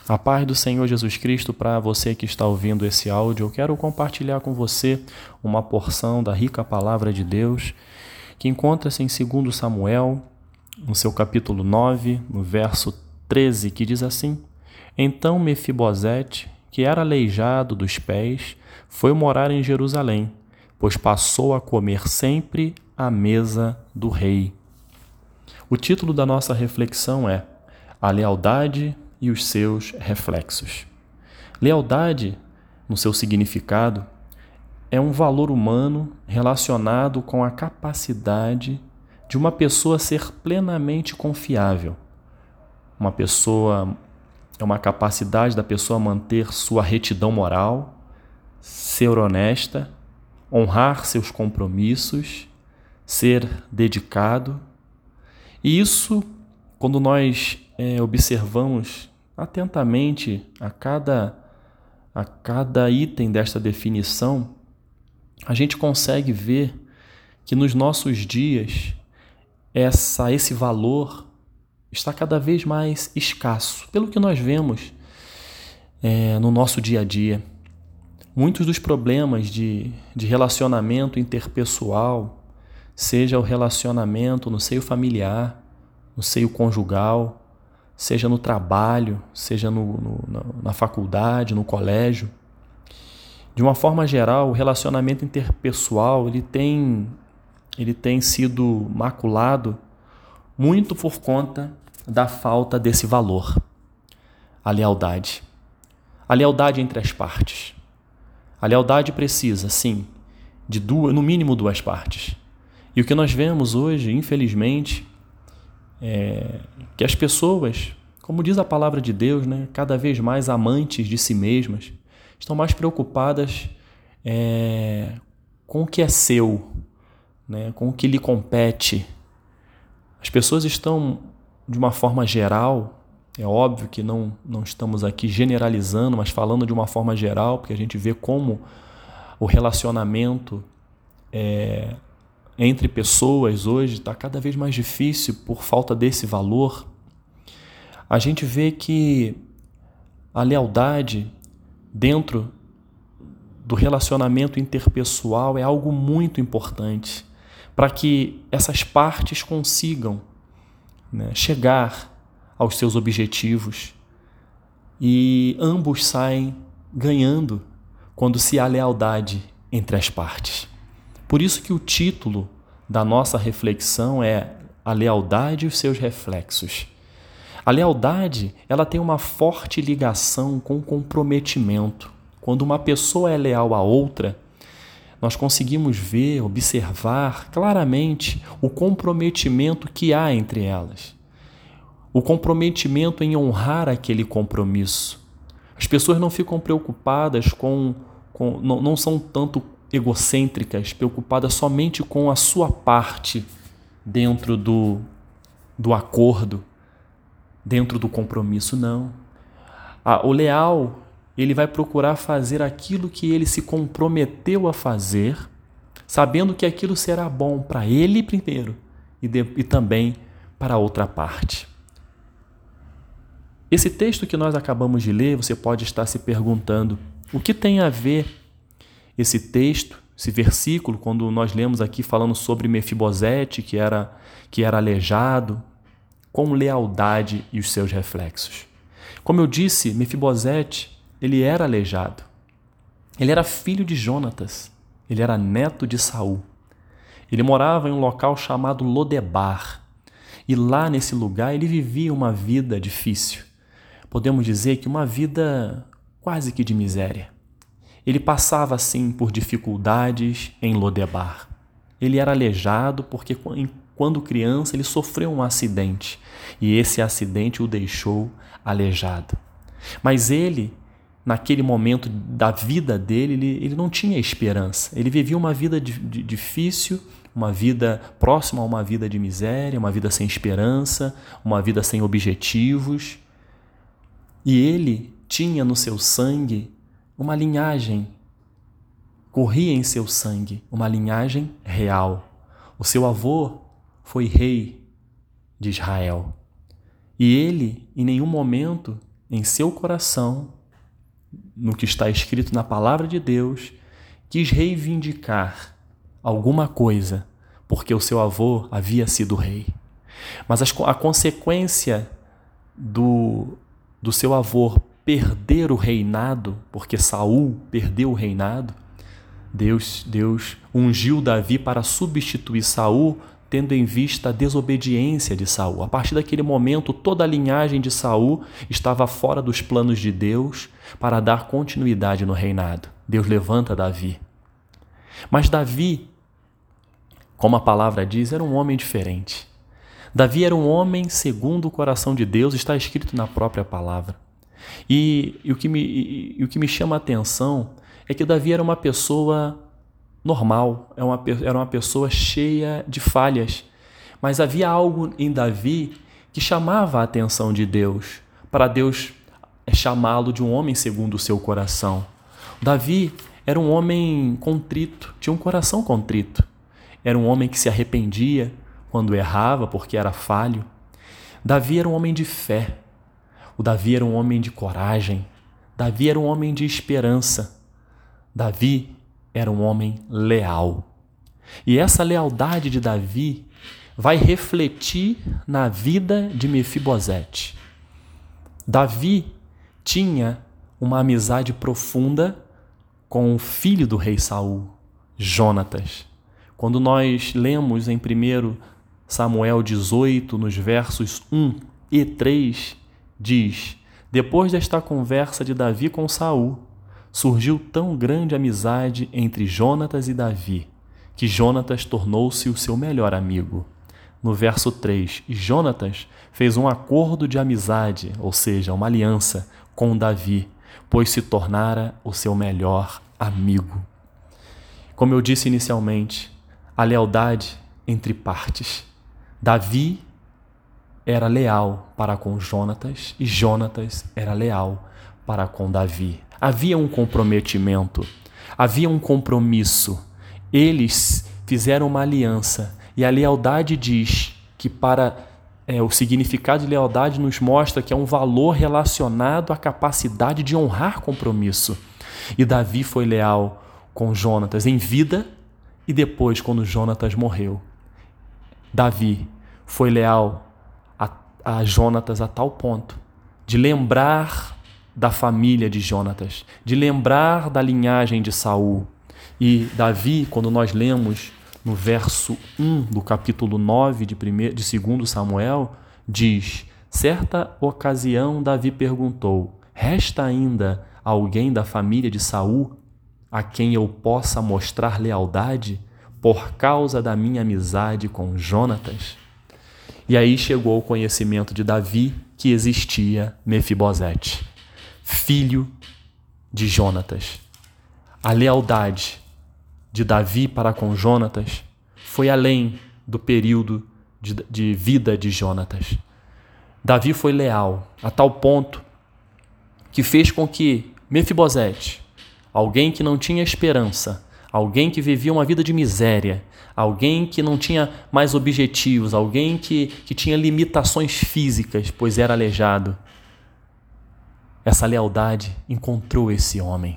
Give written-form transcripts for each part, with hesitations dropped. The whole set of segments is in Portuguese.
A paz do Senhor Jesus Cristo para você que está ouvindo esse áudio. Eu quero compartilhar com você uma porção da rica palavra de Deus que encontra-se em 2 Samuel, no seu capítulo 9, no verso 13, que diz assim: Então Mefibosete, que era aleijado dos pés, foi morar em Jerusalém, pois passou a comer sempre à mesa do rei. O título da nossa reflexão é A Lealdade e os seus reflexos. Lealdade, no seu significado, é um valor humano relacionado com a capacidade de uma pessoa ser plenamente confiável. É uma capacidade da pessoa manter sua retidão moral, ser honesta, honrar seus compromissos, ser dedicado. E isso, quando nós observamos atentamente a cada item desta definição, a gente consegue ver que nos nossos dias esse valor está cada vez mais escasso. Pelo que nós vemos no nosso dia a dia, muitos dos problemas de relacionamento interpessoal, seja o relacionamento no seio familiar, no seio conjugal, seja no trabalho, seja na faculdade, no colégio. De uma forma geral, o relacionamento interpessoal ele tem sido maculado muito por conta da falta desse valor, a lealdade. A lealdade entre as partes. A lealdade precisa, sim, de no mínimo duas partes. E o que nós vemos hoje, infelizmente, que as pessoas, como diz a palavra de Deus, cada vez mais amantes de si mesmas, estão mais preocupadas com o que é seu, com o que lhe compete. As pessoas estão, de uma forma geral, é óbvio que não estamos aqui generalizando, mas falando de uma forma geral, porque a gente vê como o relacionamento entre pessoas hoje está cada vez mais difícil por falta desse valor. A gente vê que a lealdade dentro do relacionamento interpessoal é algo muito importante para que essas partes consigam chegar aos seus objetivos e ambos saem ganhando quando se há lealdade entre as partes. Por isso que o título da nossa reflexão é A Lealdade e os seus reflexos. A lealdade, ela tem uma forte ligação com o comprometimento. Quando uma pessoa é leal à outra, nós conseguimos ver, observar claramente o comprometimento que há entre elas. O comprometimento em honrar aquele compromisso. As pessoas não ficam preocupadas não são tanto egocêntricas, preocupadas somente com a sua parte dentro do acordo, dentro do compromisso, não. O leal, ele vai procurar fazer aquilo que ele se comprometeu a fazer, sabendo que aquilo será bom para ele primeiro e também para a outra parte. Esse texto que nós acabamos de ler, você pode estar se perguntando, o que tem a ver esse texto, esse versículo, quando nós lemos aqui falando sobre Mefibosete, que era aleijado, com lealdade e os seus reflexos. Como eu disse, Mefibosete, ele era aleijado. Ele era filho de Jonatas. Ele era neto de Saul. Ele morava em um local chamado Lodebar. E lá nesse lugar ele vivia uma vida difícil. Podemos dizer que uma vida quase que de miséria. Ele passava, sim, por dificuldades em Lodebar. Ele era aleijado porque, quando criança, ele sofreu um acidente. E esse acidente o deixou aleijado. Mas ele, naquele momento da vida dele, ele não tinha esperança. Ele vivia uma vida difícil, uma vida próxima a uma vida de miséria, uma vida sem esperança, uma vida sem objetivos. E ele tinha no seu sangue uma linhagem, corria em seu sangue uma linhagem real. O seu avô foi rei de Israel. E ele, em nenhum momento, em seu coração, no que está escrito na palavra de Deus, quis reivindicar alguma coisa, porque o seu avô havia sido rei. Mas a consequência do seu avô perder o reinado, porque Saul perdeu o reinado, Deus ungiu Davi para substituir Saul, tendo em vista a desobediência de Saul. A partir daquele momento, toda a linhagem de Saul estava fora dos planos de Deus para dar continuidade no reinado. Deus levanta Davi. Mas Davi, como a palavra diz, era um homem diferente. Davi era um homem segundo o coração de Deus, está escrito na própria palavra. E o que me chama a atenção é que Davi era uma pessoa normal, era uma pessoa cheia de falhas, mas havia algo em Davi que chamava a atenção de Deus, para Deus chamá-lo de um homem segundo o seu coração. Davi era um homem contrito, tinha um coração contrito, era um homem que se arrependia quando errava porque era falho. Davi era um homem de fé, o Davi era um homem de coragem, Davi era um homem de esperança, Davi era um homem leal. E essa lealdade de Davi vai refletir na vida de Mefibosete. Davi tinha uma amizade profunda com o filho do rei Saul, Jonatas. Quando nós lemos em 1 Samuel 18, nos versos 1 e 3, diz: depois desta conversa de Davi com Saul, surgiu tão grande amizade entre Jonatas e Davi, que Jonatas tornou-se o seu melhor amigo. No verso 3, Jonatas fez um acordo de amizade, ou seja, uma aliança com Davi, pois se tornara o seu melhor amigo. Como eu disse inicialmente, a lealdade entre partes. Davi era leal para com Jonatas e Jonatas era leal para com Davi. Havia um comprometimento, havia um compromisso. Eles fizeram uma aliança e a lealdade diz que o significado de lealdade nos mostra que é um valor relacionado à capacidade de honrar compromisso. E Davi foi leal com Jonatas em vida e depois quando Jonatas morreu. Davi foi leal a Jonatas a tal ponto de lembrar da família de Jonatas, de lembrar da linhagem de Saul. E Davi, quando nós lemos no verso 1 do capítulo 9 de 2 Samuel, diz: certa ocasião Davi perguntou: resta ainda alguém da família de Saul a quem eu possa mostrar lealdade por causa da minha amizade com Jonatas? E aí chegou o conhecimento de Davi que existia Mefibosete, filho de Jonatas. A lealdade de Davi para com Jonatas foi além do período de vida de Jonatas. Davi foi leal a tal ponto que fez com que Mefibosete, alguém que não tinha esperança, alguém que vivia uma vida de miséria, alguém que não tinha mais objetivos, alguém que tinha limitações físicas, pois era aleijado, essa lealdade encontrou esse homem.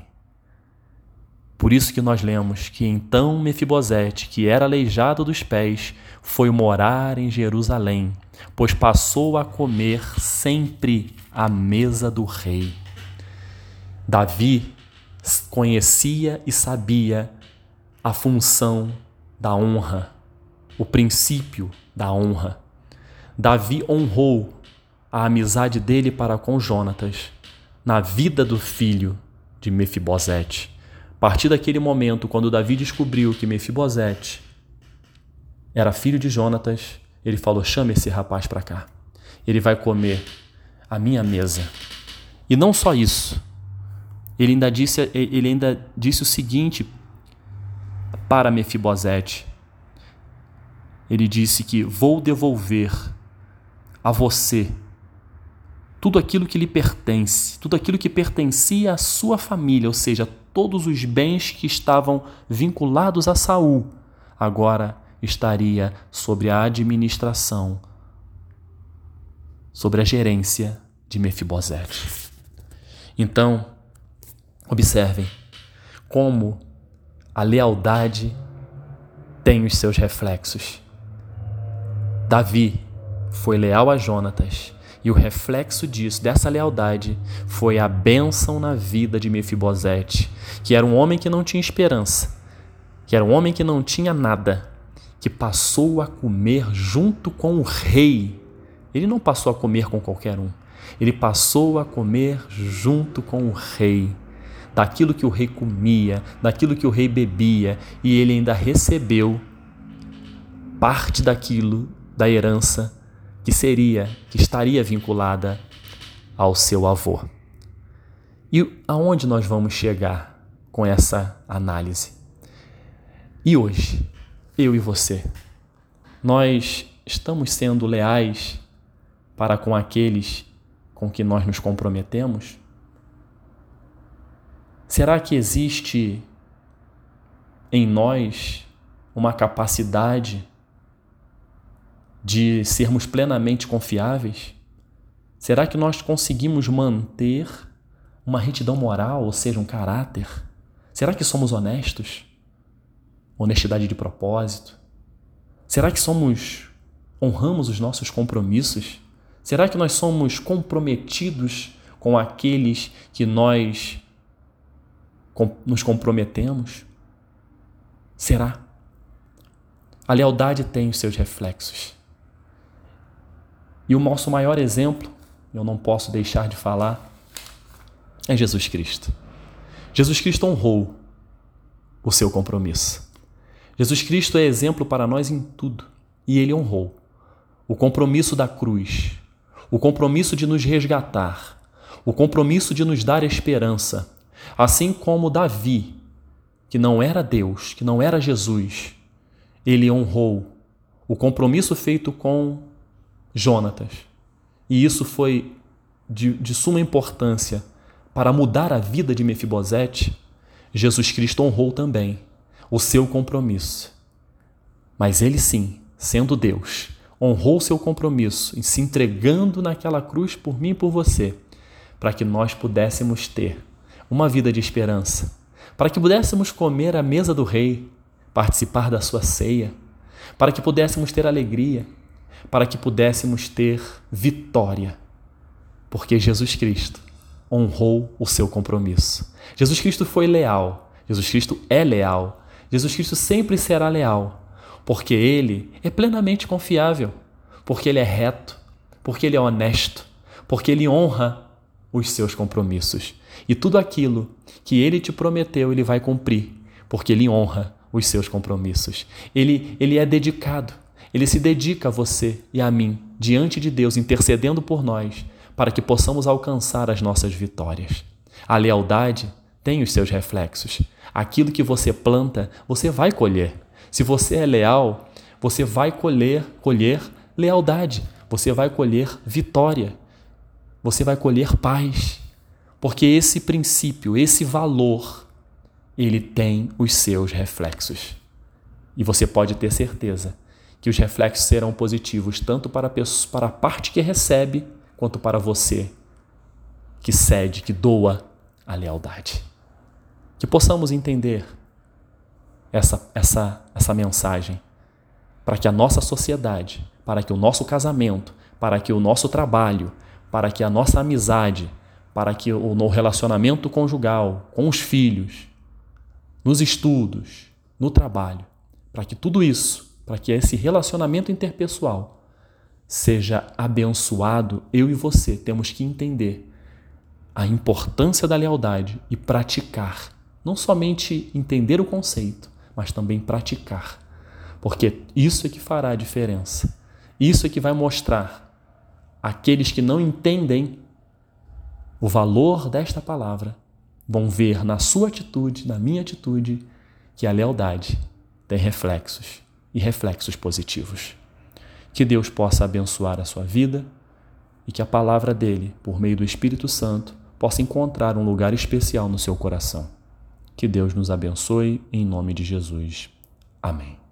Por isso que nós lemos que então Mefibosete, que era aleijado dos pés, foi morar em Jerusalém, pois passou a comer sempre à mesa do rei. Davi conhecia e sabia a função da honra, o princípio da honra. Davi honrou a amizade dele para com Jonatas na vida do filho de Mefibosete. A partir daquele momento, quando Davi descobriu que Mefibosete era filho de Jonatas, ele falou: chama esse rapaz para cá, ele vai comer a minha mesa. E não só isso, ele ainda disse o seguinte para Mefibosete. Ele disse que vou devolver a você tudo aquilo que lhe pertence, tudo aquilo que pertencia à sua família, ou seja, todos os bens que estavam vinculados a Saul, agora estaria sobre a administração, sobre a gerência de Mefibosete. Então, observem como a lealdade tem os seus reflexos. Davi foi leal a Jonatas, e o reflexo disso, dessa lealdade, foi a bênção na vida de Mefibosete, que era um homem que não tinha esperança, que era um homem que não tinha nada, que passou a comer junto com o rei. Ele não passou a comer com qualquer um, ele passou a comer junto com o rei, daquilo que o rei comia, daquilo que o rei bebia, e ele ainda recebeu parte daquilo, da herança que estaria vinculada ao seu avô. E aonde nós vamos chegar com essa análise? E hoje, eu e você, nós estamos sendo leais para com aqueles com que nós nos comprometemos? Será que existe em nós uma capacidade de sermos plenamente confiáveis? Será que nós conseguimos manter uma retidão moral, ou seja, um caráter? Será que somos honestos? Honestidade de propósito? Será que honramos os nossos compromissos? Será que nós somos comprometidos com aqueles que nós nos comprometemos? Será? A lealdade tem os seus reflexos. E o nosso maior exemplo, eu não posso deixar de falar, é Jesus Cristo. Jesus Cristo honrou o seu compromisso. Jesus Cristo é exemplo para nós em tudo, e ele honrou o compromisso da cruz, o compromisso de nos resgatar, o compromisso de nos dar esperança, assim como Davi, que não era Deus, que não era Jesus, ele honrou o compromisso feito com Jonatas. E isso foi de suma importância para mudar a vida de Mefibosete. Jesus Cristo honrou também o seu compromisso. Mas ele sim, sendo Deus, honrou o seu compromisso em se entregando naquela cruz por mim e por você, para que nós pudéssemos ter uma vida de esperança, para que pudéssemos comer à mesa do rei, participar da sua ceia, para que pudéssemos ter alegria, para que pudéssemos ter vitória, porque Jesus Cristo honrou o seu compromisso. Jesus Cristo foi leal, Jesus Cristo é leal, Jesus Cristo sempre será leal, porque ele é plenamente confiável, porque ele é reto, porque ele é honesto, porque ele honra os seus compromissos. E tudo aquilo que ele te prometeu, ele vai cumprir, porque ele honra os seus compromissos. Ele é dedicado, ele se dedica a você e a mim, diante de Deus, intercedendo por nós, para que possamos alcançar as nossas vitórias. A lealdade tem os seus reflexos. Aquilo que você planta, você vai colher. Se você é leal, você vai colher lealdade, você vai colher vitória, você vai colher paz, porque esse princípio, esse valor, ele tem os seus reflexos. E você pode ter certeza que os reflexos serão positivos tanto para a parte que recebe, quanto para você que cede, que doa a lealdade. Que possamos entender essa mensagem, para que a nossa sociedade, para que o nosso casamento, para que o nosso trabalho, para que a nossa amizade, para que no relacionamento conjugal, com os filhos, nos estudos, no trabalho, para que tudo isso, para que esse relacionamento interpessoal seja abençoado, eu e você temos que entender a importância da lealdade e praticar. Não somente entender o conceito, mas também praticar. Porque isso é que fará a diferença. Isso é que vai mostrar aqueles que não entendem o valor desta palavra, vão ver na sua atitude, na minha atitude, que a lealdade tem reflexos e reflexos positivos. Que Deus possa abençoar a sua vida e que a palavra dele, por meio do Espírito Santo, possa encontrar um lugar especial no seu coração. Que Deus nos abençoe em nome de Jesus. Amém.